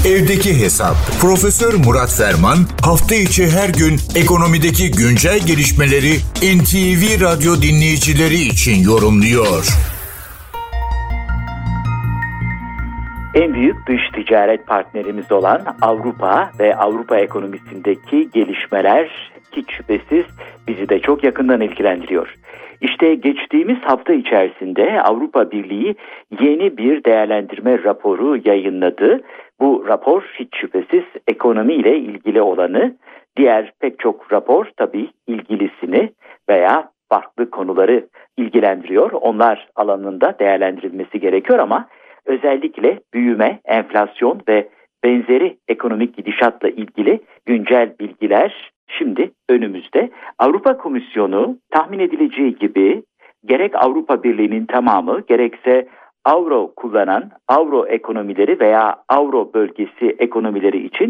Evdeki Hesap. Profesör Murat Ferman hafta içi her gün ekonomideki güncel gelişmeleri NTV Radyo dinleyicileri için yorumluyor. En büyük dış ticaret partnerimiz olan Avrupa ve Avrupa ekonomisindeki gelişmeler hiç şüphesiz bizi de çok yakından ilgilendiriyor. İşte geçtiğimiz hafta içerisinde Avrupa Birliği yeni bir değerlendirme raporu yayınladı. Bu rapor hiç şüphesiz ekonomiyle ilgili olanı, diğer pek çok rapor tabii ilgilisini veya farklı konuları ilgilendiriyor. Onlar alanında değerlendirilmesi gerekiyor ama özellikle büyüme, enflasyon ve benzeri ekonomik gidişatla ilgili güncel bilgiler şimdi önümüzde. Avrupa Komisyonu tahmin edileceği gibi gerek Avrupa Birliği'nin tamamı gerekse avro kullanan avro ekonomileri veya avro bölgesi ekonomileri için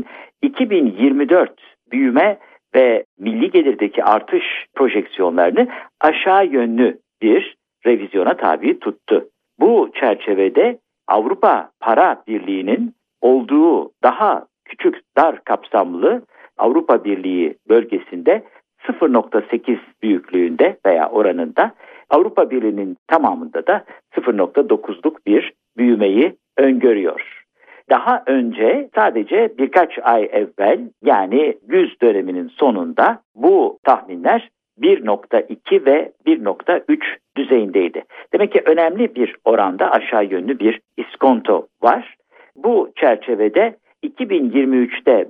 2024 büyüme ve milli gelirdeki artış projeksiyonlarını aşağı yönlü bir revizyona tabi tuttu. Bu çerçevede Avrupa Para Birliği'nin olduğu daha küçük dar kapsamlı Avrupa Birliği bölgesinde 0.8 büyüklüğünde veya oranında, Avrupa Birliği'nin tamamında da 0.9'luk bir büyümeyi öngörüyor. Daha önce sadece birkaç ay evvel yani 100 döneminin sonunda bu tahminler 1.2 ve 1.3 düzeyindeydi. Demek ki önemli bir oranda aşağı yönlü bir iskonto var. Bu çerçevede 2023'te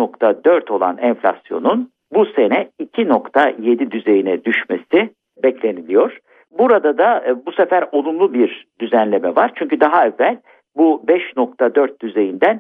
5.4 olan enflasyonun bu sene 2.7 düzeyine düşmesi bekleniliyor. Burada da bu sefer olumlu bir düzenleme var. Çünkü daha evvel bu 5.4 düzeyinden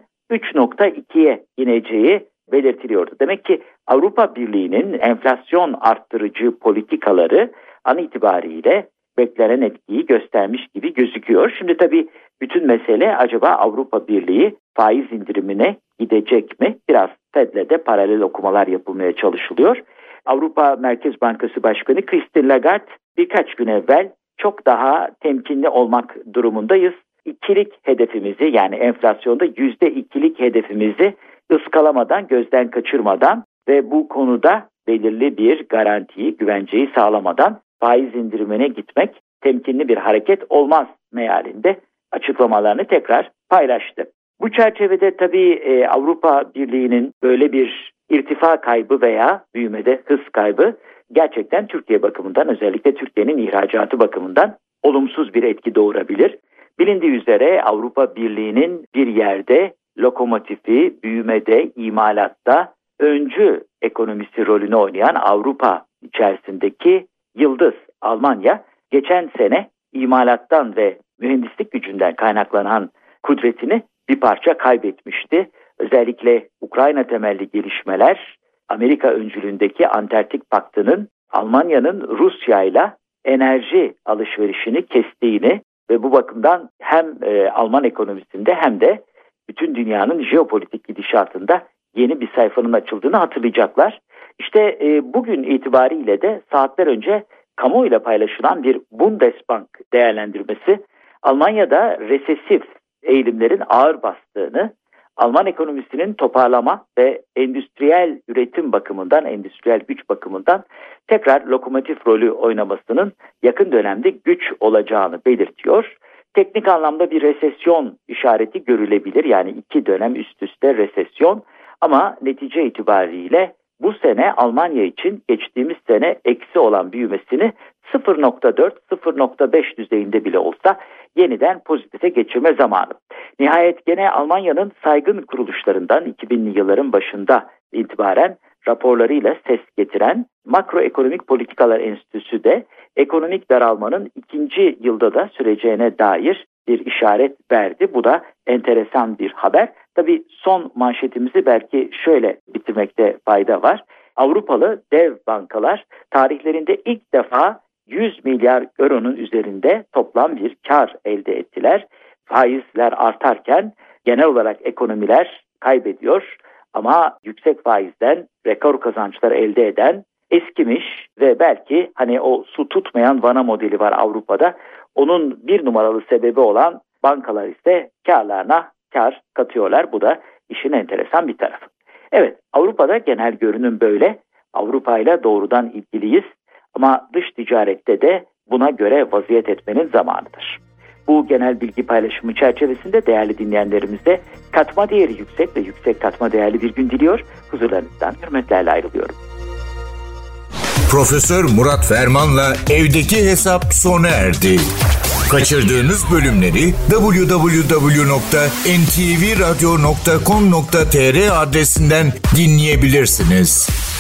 3.2'ye ineceği belirtiliyordu. Demek ki Avrupa Birliği'nin enflasyon arttırıcı politikaları an itibariyle beklenen etkiyi göstermiş gibi gözüküyor. Şimdi tabii bütün mesele acaba Avrupa Birliği faiz indirimine gidecek mi? Biraz Fed'le de paralel okumalar yapılmaya çalışılıyor. Avrupa Merkez Bankası Başkanı Christine Lagarde birkaç gün evvel çok daha temkinli olmak durumundayız. İkilik hedefimizi yani enflasyonda %2'lik hedefimizi ıskalamadan, gözden kaçırmadan ve bu konuda belirli bir garantiyi, güvenceyi sağlamadan faiz indirimine gitmek temkinli bir hareket olmaz mealinde açıklamalarını tekrar paylaştı. Bu çerçevede tabii Avrupa Birliği'nin böyle bir irtifa kaybı veya büyümede hız kaybı gerçekten Türkiye bakımından, özellikle Türkiye'nin ihracatı bakımından olumsuz bir etki doğurabilir. Bilindiği üzere Avrupa Birliği'nin bir yerde lokomotifi, büyümede, imalatta öncü ekonomisi rolünü oynayan Avrupa içerisindeki yıldız Almanya geçen sene imalattan ve mühendislik gücünden kaynaklanan kudretini bir parça kaybetmişti. Özellikle Ukrayna temelli gelişmeler, Amerika öncülüğündeki Antarktik Paktı'nın Almanya'nın Rusya ile enerji alışverişini kestiğini ve bu bakımdan hem Alman ekonomisinde hem de bütün dünyanın jeopolitik gidişatında yeni bir sayfanın açıldığını hatırlayacaklar. İşte bugün itibariyle de saatler önce kamuoyuyla paylaşılan bir Bundesbank değerlendirmesi Almanya'da resesif eğilimlerin ağır bastığını, Alman ekonomisinin toparlama ve endüstriyel üretim bakımından, endüstriyel güç bakımından tekrar lokomotif rolü oynamasının yakın dönemde güç olacağını belirtiyor. Teknik anlamda bir resesyon işareti görülebilir. Yani 2 dönem üst üste resesyon ama netice itibariyle bu sene Almanya için geçtiğimiz sene eksi olan büyümesini 0.4-0.5 düzeyinde bile olsa yeniden pozitife geçirme zamanı. Nihayet gene Almanya'nın saygın kuruluşlarından 2000'li yılların başında itibaren raporlarıyla ses getiren Makroekonomik Politikalar Enstitüsü de ekonomik daralmanın 2. yılda da süreceğine dair bir işaret verdi. Bu da enteresan bir haber. Tabii son manşetimizi belki şöyle bitirmekte fayda var. Avrupalı dev bankalar tarihlerinde ilk defa 100 milyar euronun üzerinde toplam bir kar elde ettiler. Faizler artarken genel olarak ekonomiler kaybediyor ama yüksek faizden rekor kazançlar elde eden eskimiş ve belki hani o su tutmayan vana modeli var Avrupa'da. Onun bir numaralı sebebi olan bankalar ise karlarına kar katıyorlar. Bu da işin enteresan bir tarafı. Evet, Avrupa'da genel görünüm böyle. Avrupa ile doğrudan ilgiliyiz ama dış ticarette de buna göre vaziyet etmenin zamanıdır. Bu genel bilgi paylaşımı çerçevesinde değerli dinleyenlerimize katma değeri yüksek ve yüksek katma değerli bir gün diliyor. Huzurlarınızdan hürmetlerle ayrılıyorum. Profesör Murat Ferman'la Evdeki Hesap sona erdi. Kaçırdığınız bölümleri www.ntvradio.com.tr adresinden dinleyebilirsiniz.